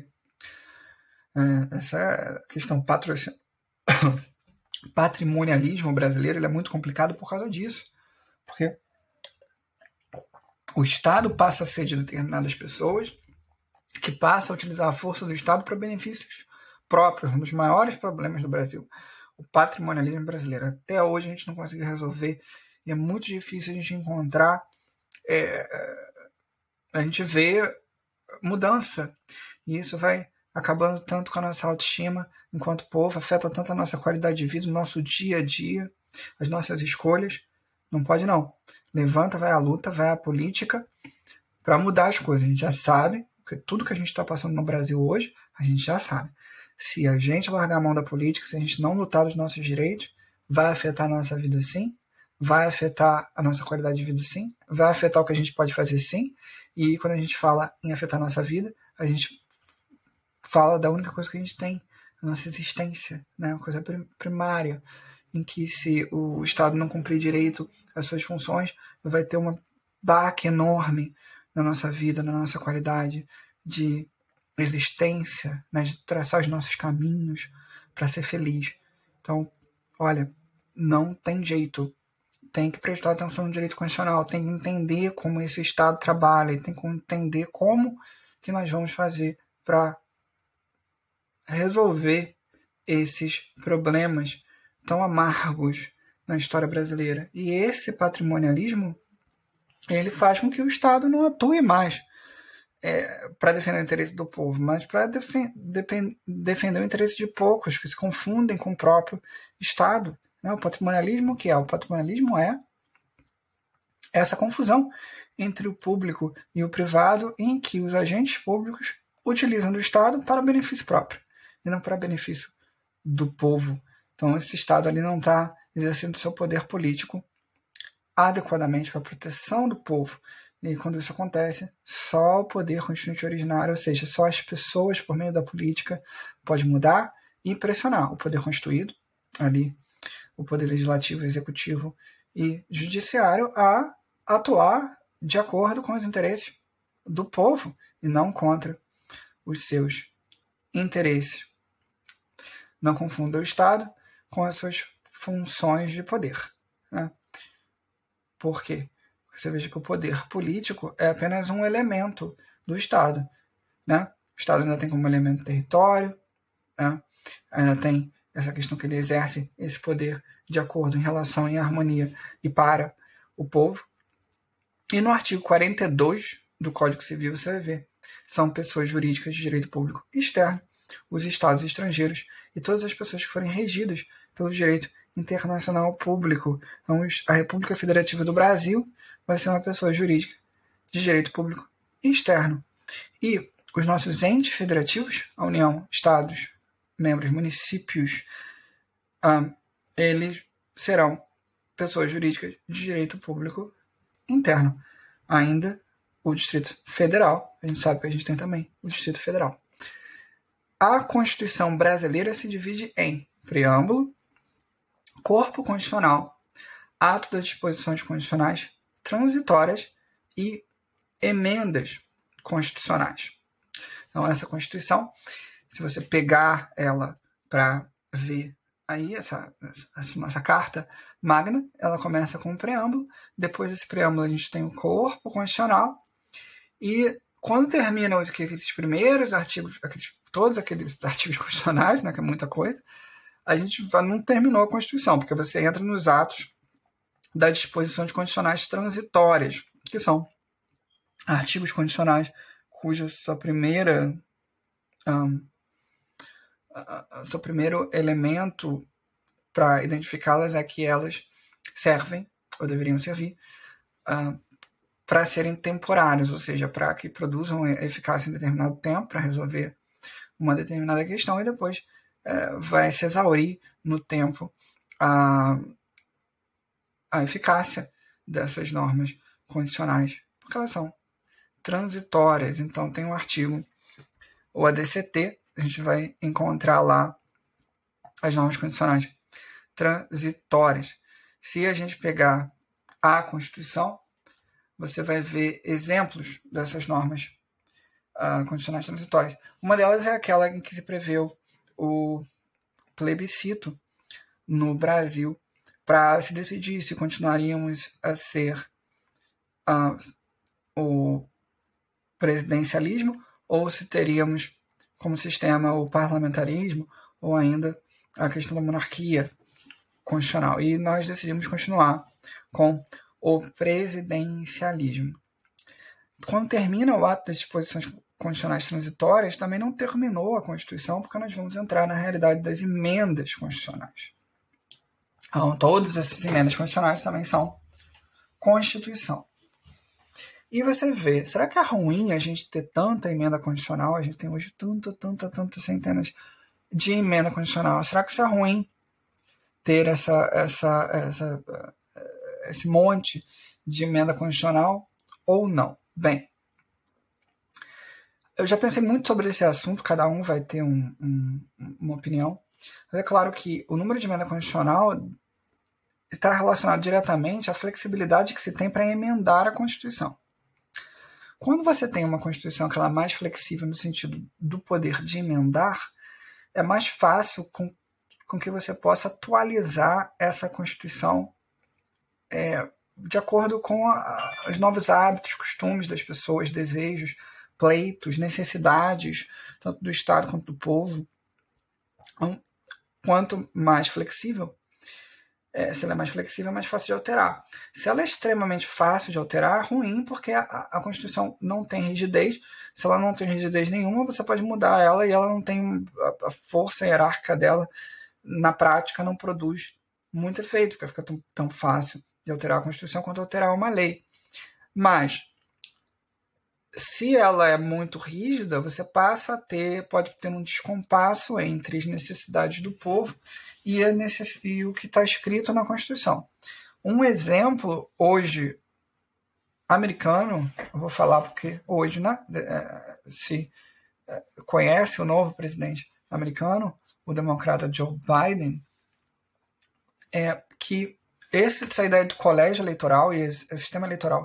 Essa questão patrimonialismo brasileiro ele é muito complicado por causa disso, porque o Estado passa a ser de determinadas pessoas que passa a utilizar a força do Estado para benefícios próprios, um dos maiores problemas do Brasil, o patrimonialismo brasileiro. Até hoje a gente não conseguiu resolver e é muito difícil a gente encontrar, a gente vê mudança, e isso vai acabando tanto com a nossa autoestima enquanto povo, afeta tanto a nossa qualidade de vida, o nosso dia a dia, as nossas escolhas. Não pode não. Levanta, vai à luta, vai à política para mudar as coisas. A gente já sabe, porque tudo que a gente está passando no Brasil hoje, a gente já sabe. Se a gente largar a mão da política, se a gente não lutar dos nossos direitos, vai afetar a nossa vida sim, vai afetar a nossa qualidade de vida sim, vai afetar o que a gente pode fazer sim, e quando a gente fala em afetar a nossa vida, a gente fala da única coisa que a gente tem, a nossa existência, né? Uma coisa primária, em que se o Estado não cumprir direito as suas funções, vai ter uma baque enorme na nossa vida, na nossa qualidade de existência, né? De traçar os nossos caminhos para ser feliz. Então, olha, não tem jeito. Tem que prestar atenção no direito constitucional, tem que entender como esse Estado trabalha, tem que entender como que nós vamos fazer para resolver esses problemas tão amargos na história brasileira. E esse patrimonialismo, ele faz com que o Estado não atue mais para defender o interesse do povo, mas para defender o interesse de poucos, que se confundem com o próprio Estado. O patrimonialismo, o que é? O patrimonialismo é essa confusão entre o público e o privado, em que os agentes públicos utilizam do Estado para benefício próprio e não para benefício do povo. Então esse Estado ali não está exercendo seu poder político adequadamente para a proteção do povo. E quando isso acontece, só o poder constituinte originário, ou seja, só as pessoas por meio da política pode mudar e pressionar o poder constituído, ali o poder legislativo, executivo e judiciário, a atuar de acordo com os interesses do povo e não contra os seus interesses. Não confunda o Estado com as suas funções de poder, né? Por quê? Você veja que o poder político é apenas um elemento do Estado, né? O Estado ainda tem como elemento território, né? Ainda tem essa questão que ele exerce esse poder de acordo, em relação, em harmonia e para o povo. E no artigo 42 do Código Civil você vai ver, são pessoas jurídicas de direito público externo, os estados estrangeiros e todas as pessoas que forem regidas pelo direito internacional público. Então, a República Federativa do Brasil vai ser uma pessoa jurídica de direito público externo. E os nossos entes federativos, a União, estados, membros, municípios, eles serão pessoas jurídicas de direito público interno. Ainda o Distrito Federal, a gente sabe que a gente tem também o Distrito Federal. A Constituição brasileira se divide em preâmbulo, corpo constitucional, ato das disposições constitucionais transitórias e emendas constitucionais. Então, essa Constituição, se você pegar ela para ver aí, essa nossa carta magna, ela começa com um preâmbulo, depois desse preâmbulo a gente tem o corpo constitucional, e quando terminam esses primeiros artigos, todos aqueles artigos constitucionais, né, que é muita coisa, a gente não terminou a Constituição, porque você entra nos atos das disposições constitucionais transitórias, que são artigos constitucionais cujo seu primeiro elemento para identificá-las é que elas servem, ou deveriam servir, para serem temporários, ou seja, para que produzam eficácia em determinado tempo, para resolver uma determinada questão, e depois vai se exaurir no tempo a eficácia dessas normas condicionais, porque elas são transitórias. Então tem um artigo, o ADCT, a gente vai encontrar lá as normas condicionais transitórias. Se a gente pegar a Constituição, você vai ver exemplos dessas normas condicionais transitórias. Uma delas é aquela em que se preveu o plebiscito no Brasil para se decidir se continuaríamos a ser o presidencialismo ou se teríamos como sistema o parlamentarismo ou ainda a questão da monarquia constitucional. E nós decidimos continuar com o presidencialismo. Quando termina o ato das disposições constitucionais transitórias, também não terminou a Constituição, porque nós vamos entrar na realidade das emendas constitucionais. Então, todas essas emendas constitucionais também são Constituição. E você vê, será que é ruim a gente ter tanta emenda constitucional? A gente tem hoje tantas centenas de emenda constitucional. Será que isso é ruim ter esse monte de emenda constitucional ou não? Bem, eu já pensei muito sobre esse assunto, cada um vai ter uma opinião. Mas é claro que o número de emenda constitucional está relacionado diretamente à flexibilidade que se tem para emendar a Constituição. Quando você tem uma Constituição que ela é mais flexível no sentido do poder de emendar, é mais fácil com que você possa atualizar essa Constituição de acordo com os novos hábitos, costumes das pessoas, desejos, pleitos, necessidades, tanto do Estado quanto do povo. Então, quanto mais flexível, se ela é mais flexível, é mais fácil de alterar. Se ela é extremamente fácil de alterar, é ruim, porque a Constituição não tem rigidez. Se ela não tem rigidez nenhuma, você pode mudar ela e ela não tem a força hierárquica dela, na prática, não produz muito efeito, porque fica tão fácil de alterar a Constituição quanto alterar uma lei. Mas, se ela é muito rígida, você pode ter um descompasso entre as necessidades do povo e o que está escrito na Constituição. Um exemplo, hoje, americano, eu vou falar porque hoje, né, se conhece o novo presidente americano, o democrata Joe Biden, que essa ideia do colégio eleitoral e o sistema eleitoral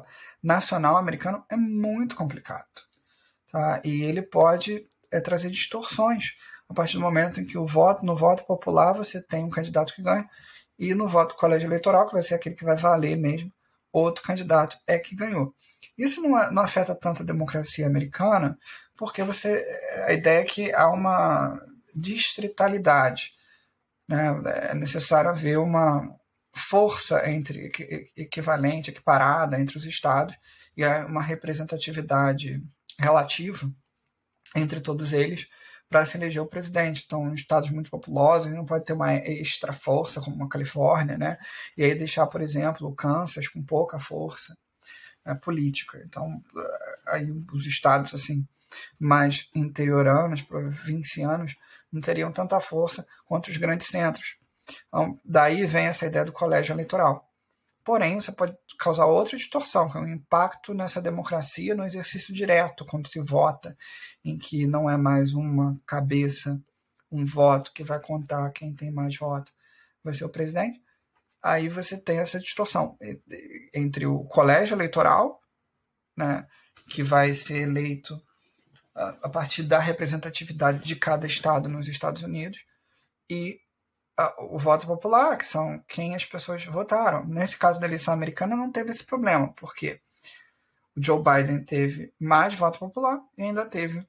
nacional americano é muito complicado. Tá? E ele pode trazer distorções a partir do momento em que no voto popular você tem um candidato que ganha e no voto do colégio eleitoral, que vai ser aquele que vai valer mesmo, outro candidato é que ganhou. Isso não afeta tanto a democracia americana, porque a ideia é que há uma distritalidade, né? É necessário haver uma força equivalente, equiparada entre os estados e uma representatividade relativa entre todos eles para se eleger o presidente. Então, em estados muito populosos, não pode ter uma extra força, como a Califórnia, né? E aí deixar, por exemplo, o Kansas com pouca força política. Então, aí os estados assim mais interioranos, provincianos, não teriam tanta força quanto os grandes centros. Então, daí vem essa ideia do colégio eleitoral. Porém, você pode causar outra distorção, que é um impacto nessa democracia no exercício direto, quando se vota, em que não é mais uma cabeça, um voto que vai contar quem tem mais voto, vai ser o presidente. Aí você tem essa distorção entre o colégio eleitoral, né, que vai ser eleito a partir da representatividade de cada estado nos Estados Unidos, e o voto popular, que são quem as pessoas votaram. Nesse caso da eleição americana não teve esse problema, porque o Joe Biden teve mais voto popular e ainda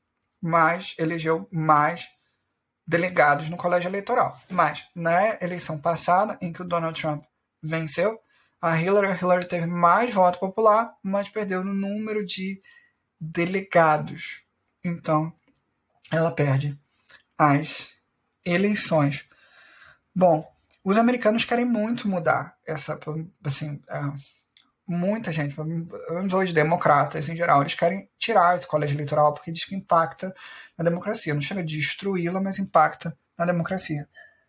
elegeu mais delegados no colégio eleitoral. Mas na eleição passada, em que o Donald Trump venceu, a Hillary teve mais voto popular, mas perdeu no número de delegados. Então, ela perde as eleições. Bom, os americanos querem muito mudar essa, assim, muita gente, hoje democratas em geral, eles querem tirar esse colégio eleitoral porque diz que impacta na democracia. Não chega a destruí-la, mas impacta na democracia.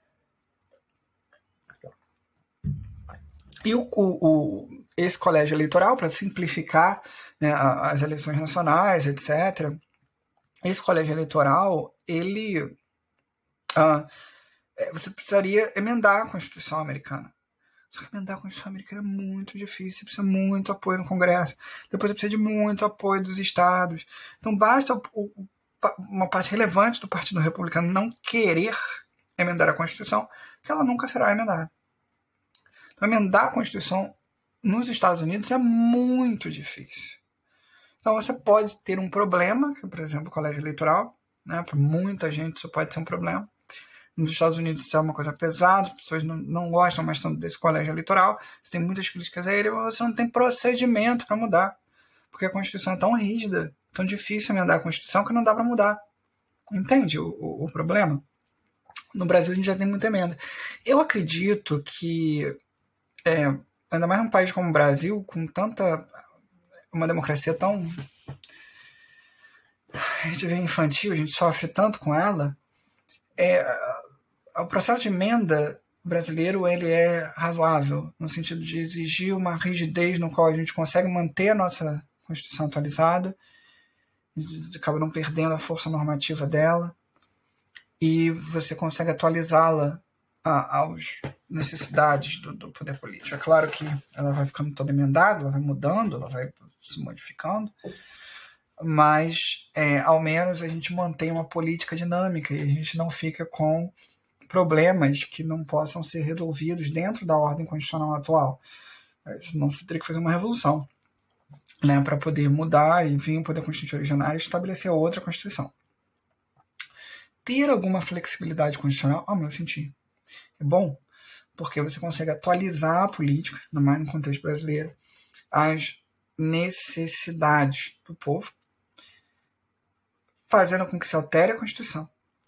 E esse colégio eleitoral, para simplificar, né, as eleições nacionais, etc., esse colégio eleitoral, ele você precisaria emendar a Constituição americana. Só que emendar a Constituição americana é muito difícil, você precisa de muito apoio no Congresso, depois você precisa de muito apoio dos estados. Então basta uma parte relevante do Partido Republicano não querer emendar a Constituição, que ela nunca será emendada. Então emendar a Constituição nos Estados Unidos é muito difícil. Então você pode ter um problema, que, por exemplo, o colégio eleitoral, né, para muita gente isso pode ser um problema. Nos Estados Unidos isso é uma coisa pesada, as pessoas não gostam mais tanto desse colégio eleitoral, você tem muitas críticas a ele, mas você não tem procedimento para mudar, porque a Constituição é tão rígida, tão difícil emendar a Constituição que não dá para mudar. Entende o problema? No Brasil a gente já tem muita emenda. Eu acredito que, ainda mais num país como o Brasil, com uma democracia tão, a gente vê infantil, a gente sofre tanto com ela, o processo de emenda brasileiro ele é razoável, no sentido de exigir uma rigidez no qual a gente consegue manter a nossa Constituição atualizada, a gente acaba não perdendo a força normativa dela, e você consegue atualizá-la às necessidades do poder político. É claro que ela vai ficando toda emendada, ela vai mudando, ela vai se modificando, mas ao menos a gente mantém uma política dinâmica e a gente não fica com problemas que não possam ser resolvidos dentro da ordem constitucional atual. Senão você teria que fazer uma revolução, né, para poder mudar e vir o poder constituinte originário e estabelecer outra Constituição. Ter alguma flexibilidade constitucional, ao meu sentir, é bom, porque você consegue atualizar a política, ainda mais no contexto brasileiro, as necessidades do povo, fazendo com que se altere a Constituição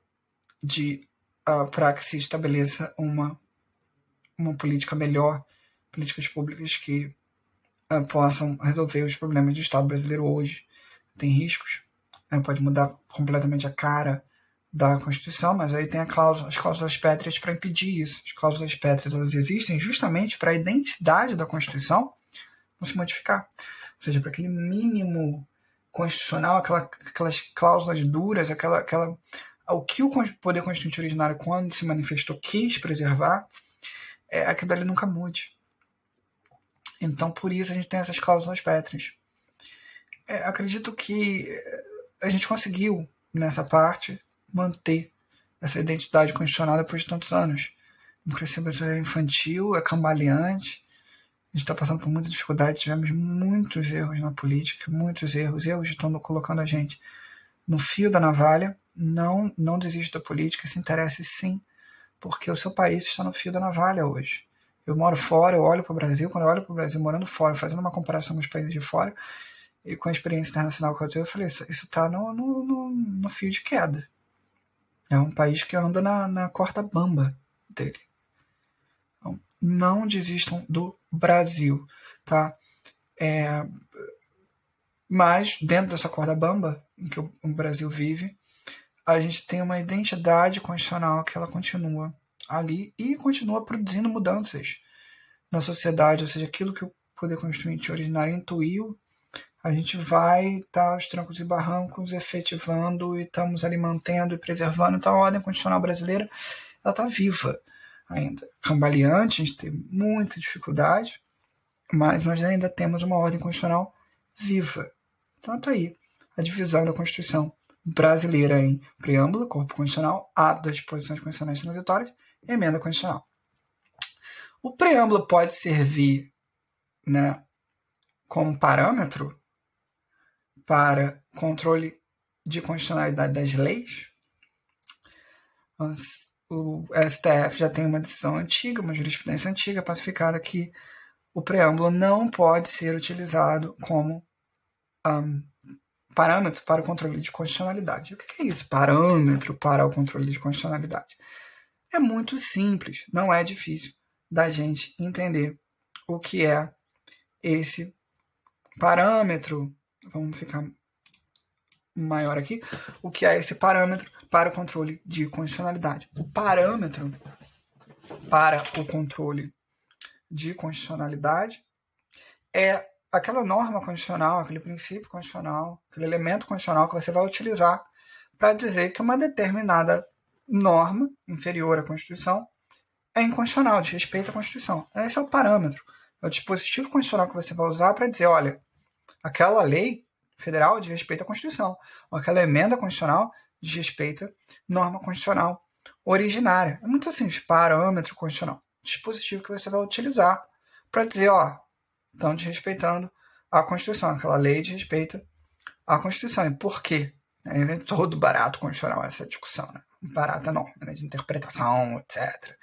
para que se estabeleça uma política melhor, políticas públicas que possam resolver os problemas do Estado brasileiro hoje. Tem riscos, pode mudar completamente a cara da Constituição, mas aí tem as cláusulas pétreas para impedir isso. As cláusulas pétreas elas existem justamente para a identidade da Constituição não se modificar. Ou seja, para aquele mínimo constitucional, aquelas cláusulas duras, o que o poder constituinte originário, quando se manifestou, quis preservar, aquilo ali nunca mude. Então, por isso, a gente tem essas cláusulas pétreas. acredito que a gente conseguiu, nessa parte, manter essa identidade constitucional depois de tantos anos. O crescimento brasileiro infantil é cambaleante, a gente está passando por muita dificuldade, tivemos muitos erros na política, muitos erros estão colocando a gente no fio da navalha. Não desista da política, se interesse sim, porque o seu país está no fio da navalha hoje. Eu moro fora, eu olho para o Brasil, quando eu olho para o Brasil morando fora, fazendo uma comparação com os países de fora, e com a experiência internacional que eu tenho, eu falei, isso está no fio de queda. É um país que anda na corda bamba dele. Então, não desistam do Brasil, tá? Mas, dentro dessa corda bamba em que o Brasil vive, a gente tem uma identidade constitucional que ela continua ali e continua produzindo mudanças na sociedade, ou seja, aquilo que o poder constituinte originário intuiu, a gente vai estar aos trancos e barrancos efetivando e estamos ali mantendo e preservando. Então a ordem constitucional brasileira ela está viva ainda. Cambaleante, a gente tem muita dificuldade, mas nós ainda temos uma ordem constitucional viva. Então está aí a divisão da Constituição brasileira em preâmbulo, corpo constitucional, ato das disposições constitucionais transitórias e emenda constitucional. O preâmbulo pode servir, né, como parâmetro para controle de constitucionalidade das leis. O STF já tem uma decisão antiga, uma jurisprudência antiga, pacificada, que o preâmbulo não pode ser utilizado como parâmetro para o controle de constitucionalidade. O que é isso? Parâmetro para o controle de constitucionalidade. É muito simples, não é difícil da gente entender o que é esse parâmetro. Vamos ficar maior aqui. O que é esse parâmetro para o controle de constitucionalidade? O parâmetro para o controle de constitucionalidade é aquela norma constitucional, aquele princípio constitucional, aquele elemento constitucional que você vai utilizar para dizer que uma determinada norma inferior à Constituição é inconstitucional, desrespeita a Constituição. Esse é o parâmetro. É o dispositivo constitucional que você vai usar para dizer, olha, aquela lei federal desrespeita a Constituição, ou aquela emenda constitucional desrespeita norma constitucional originária. É muito simples, parâmetro constitucional. Dispositivo que você vai utilizar para dizer, ó, estão desrespeitando a Constituição, aquela lei desrespeita a Constituição. E por quê? É todo barato constitucional essa discussão, né? Barato enorme, né? De interpretação, etc.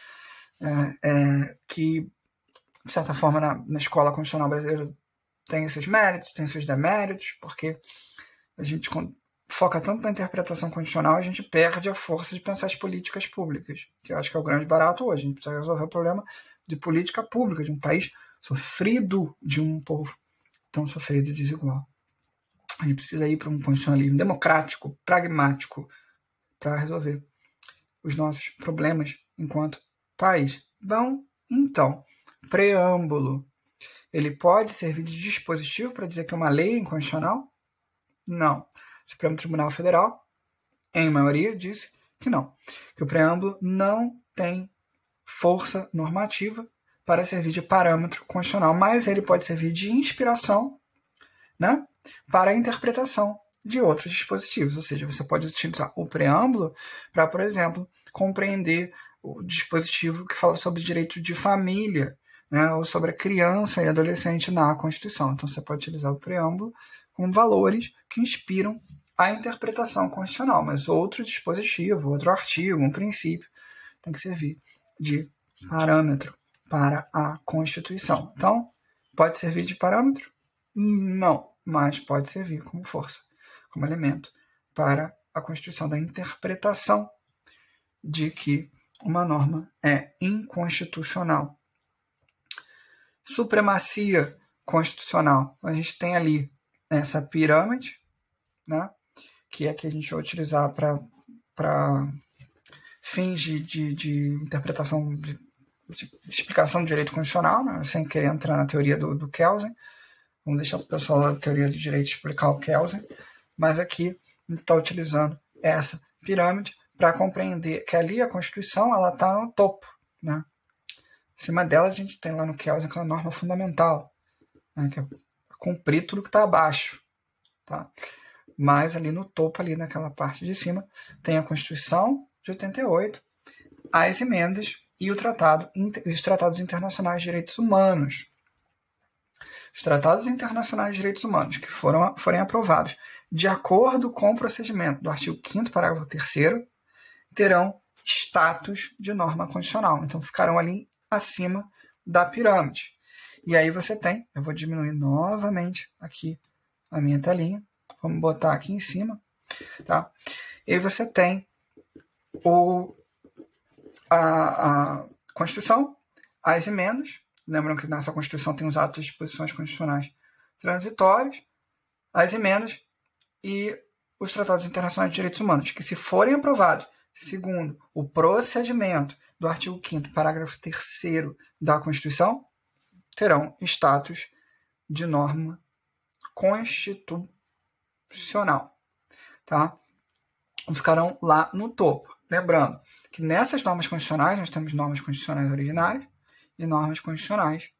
Que, de certa forma, na escola constitucional brasileira tem esses méritos, tem seus deméritos, porque a gente foca tanto na interpretação constitucional, a gente perde a força de pensar as políticas públicas, que eu acho que é o grande barato hoje. A gente precisa resolver o problema de política pública, de um país sofrido, de um povo tão sofrido e desigual. A gente precisa ir para um constitucionalismo democrático, pragmático, para resolver os nossos problemas enquanto país. Bom, então, preâmbulo. Ele pode servir de dispositivo para dizer que uma lei é inconstitucional? Não. O Supremo Tribunal Federal, em maioria, disse que não. Que o preâmbulo não tem força normativa para servir de parâmetro constitucional, mas ele pode servir de inspiração, né, para a interpretação de outros dispositivos. Ou seja, você pode utilizar o preâmbulo para, por exemplo, compreender o dispositivo que fala sobre direito de família, né, ou sobre a criança e adolescente na Constituição. Então, você pode utilizar o preâmbulo com valores que inspiram a interpretação constitucional, mas outro dispositivo, outro artigo, um princípio, tem que servir de parâmetro para a Constituição. Então, pode servir de parâmetro? Não, mas pode servir como força, como elemento para a Constituição, da interpretação de que uma norma é inconstitucional. Supremacia constitucional. A gente tem ali essa pirâmide, né, que é que a gente vai utilizar para fins de interpretação, de explicação do direito constitucional, né, sem querer entrar na teoria do Kelsen. Vamos deixar para o pessoal da teoria do direito explicar o Kelsen. Mas aqui a gente está utilizando essa pirâmide para compreender que ali a Constituição está no topo, né? Em cima dela a gente tem lá no Kelsen aquela norma fundamental, né, que é cumprir tudo que está abaixo. tá? Mas ali no topo, ali naquela parte de cima, tem a Constituição de 88, as emendas e os tratados internacionais de direitos humanos. Os tratados internacionais de direitos humanos que forem aprovados de acordo com o procedimento do artigo 5º, parágrafo 3º, terão status de norma constitucional. Então, ficarão ali acima da pirâmide. E aí você tem, eu vou diminuir novamente aqui a minha telinha, vamos botar aqui em cima, tá? E aí você tem a Constituição, as emendas, lembram que nessa Constituição tem os atos de disposições constitucionais transitórios, as emendas e os tratados internacionais de direitos humanos, que se forem aprovados segundo o procedimento do artigo 5º, parágrafo 3º da Constituição, terão status de norma constitucional, tá? Ficarão lá no topo. Lembrando que nessas normas constitucionais nós temos normas constitucionais originárias e normas constitucionais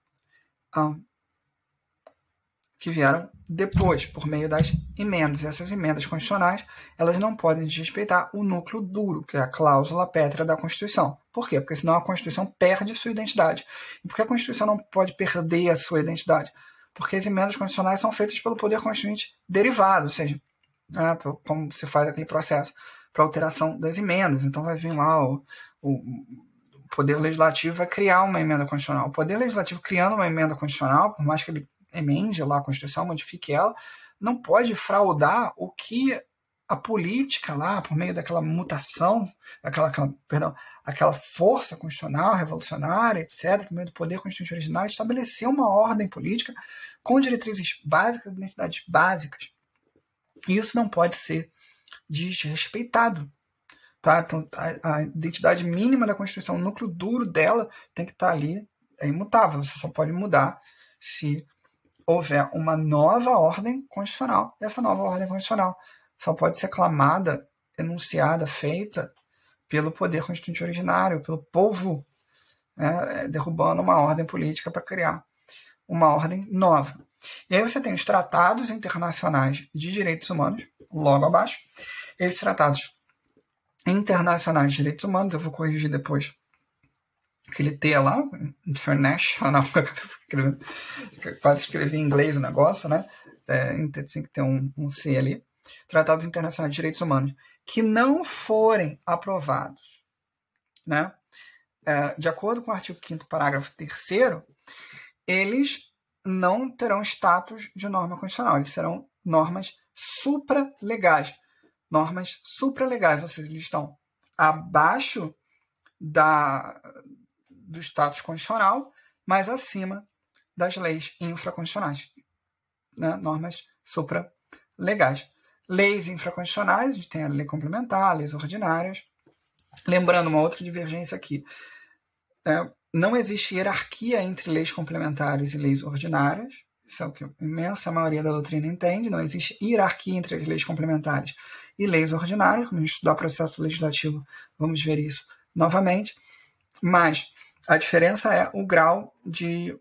que vieram depois, por meio das emendas. E essas emendas constitucionais, elas não podem desrespeitar o núcleo duro, que é a cláusula pétrea da Constituição. Por quê? Porque senão a Constituição perde sua identidade. E por que a Constituição não pode perder a sua identidade? Porque as emendas constitucionais são feitas pelo poder constituinte derivado, ou seja, como se faz aquele processo para alteração das emendas. Então vai vir lá o Poder Legislativo vai criar uma emenda constitucional. O Poder Legislativo criando uma emenda constitucional, por mais que ele emende lá a Constituição, modifique ela, não pode fraudar o que a política lá, por meio daquela mutação, aquela força constitucional, revolucionária, etc., por meio do poder constituinte originário, estabeleceu uma ordem política com diretrizes básicas, identidades básicas. E isso não pode ser desrespeitado. Tá? Então, a identidade mínima da Constituição, o núcleo duro dela, tem que estar ali, é imutável. Você só pode mudar se houver uma nova ordem constitucional. E essa nova ordem constitucional só pode ser clamada, enunciada, feita pelo poder constituinte originário, pelo povo, derrubando uma ordem política para criar uma ordem nova. E aí você tem os tratados internacionais de direitos humanos, logo abaixo. Esses tratados internacionais de direitos humanos, eu vou corrigir depois aquele T lá, international, quase escrevi em inglês o negócio, né? Tem que ter um C ali. Tratados internacionais de direitos humanos que não forem aprovados, né? De acordo com o artigo 5º, parágrafo 3º, eles não terão status de norma constitucional, eles serão normas supralegais. Normas supralegais, ou seja, eles estão abaixo do status constitucional, mas acima das leis infraconstitucionais, né? Normas supralegais. Leis infraconstitucionais, a gente tem a lei complementar, leis ordinárias. Lembrando uma outra divergência aqui, não existe hierarquia entre leis complementares e leis ordinárias. Isso é o que a imensa maioria da doutrina entende. Não existe hierarquia entre as leis complementares e leis ordinárias. Quando a gente estudar processo legislativo, vamos ver isso novamente. Mas a diferença é o grau de...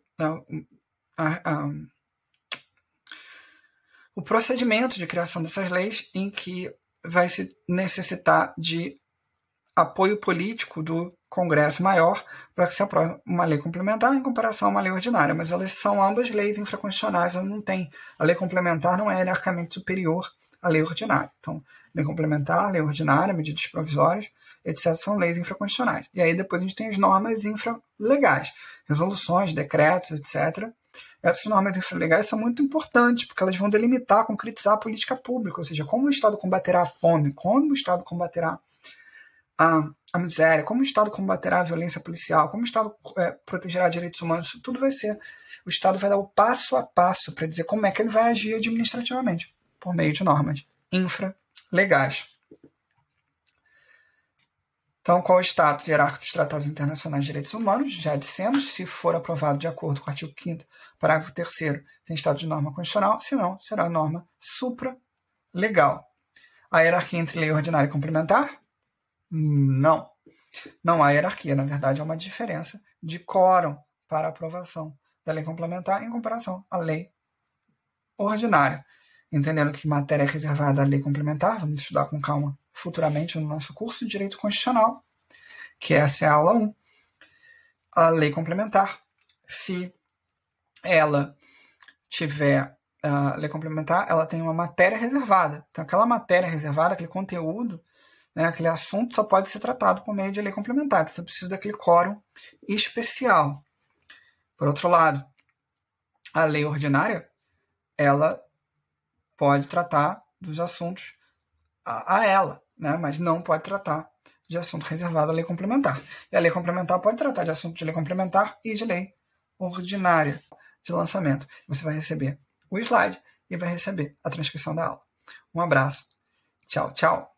o procedimento de criação dessas leis, em que vai se necessitar de apoio político do Congresso maior para que se aprove uma lei complementar em comparação a uma lei ordinária, mas elas são ambas leis infraconstitucionais, não tem, a lei complementar não é hierarquicamente superior à lei ordinária. Então, lei complementar, lei ordinária, medidas provisórias, etc., são leis infraconstitucionais. E aí depois a gente tem as normas infralegais, resoluções, decretos, etc. Essas normas infralegais são muito importantes, porque elas vão delimitar, concretizar a política pública, ou seja, como o Estado combaterá a fome, como o Estado combaterá a miséria, como o Estado combaterá a violência policial, como o Estado protegerá direitos humanos. Isso tudo vai ser... O Estado vai dar o passo a passo para dizer como é que ele vai agir administrativamente, por meio de normas infralegais. Então, qual é o status hierárquico dos tratados internacionais de direitos humanos? Já dissemos, se for aprovado de acordo com o artigo 5º, parágrafo 3º, tem status de norma constitucional, se não, será norma supralegal. A hierarquia entre lei ordinária e complementar? Não. Não há hierarquia, na verdade, há uma diferença de quórum para a aprovação da lei complementar em comparação à lei ordinária. entendendo que matéria é reservada à lei complementar, vamos estudar com calma futuramente no nosso curso de Direito Constitucional, que essa é a aula 1. A lei complementar, se ela tiver a lei complementar, ela tem uma matéria reservada. Então, aquela matéria reservada, aquele conteúdo, né, aquele assunto só pode ser tratado por meio de lei complementar. Então, você precisa daquele quórum especial. Por outro lado, a lei ordinária, ela pode tratar dos assuntos a ela, né, mas não pode tratar de assunto reservado à lei complementar. E a lei complementar pode tratar de assunto de lei complementar e de lei ordinária de lançamento. Você vai receber o slide e vai receber a transcrição da aula. Um abraço. Tchau, tchau.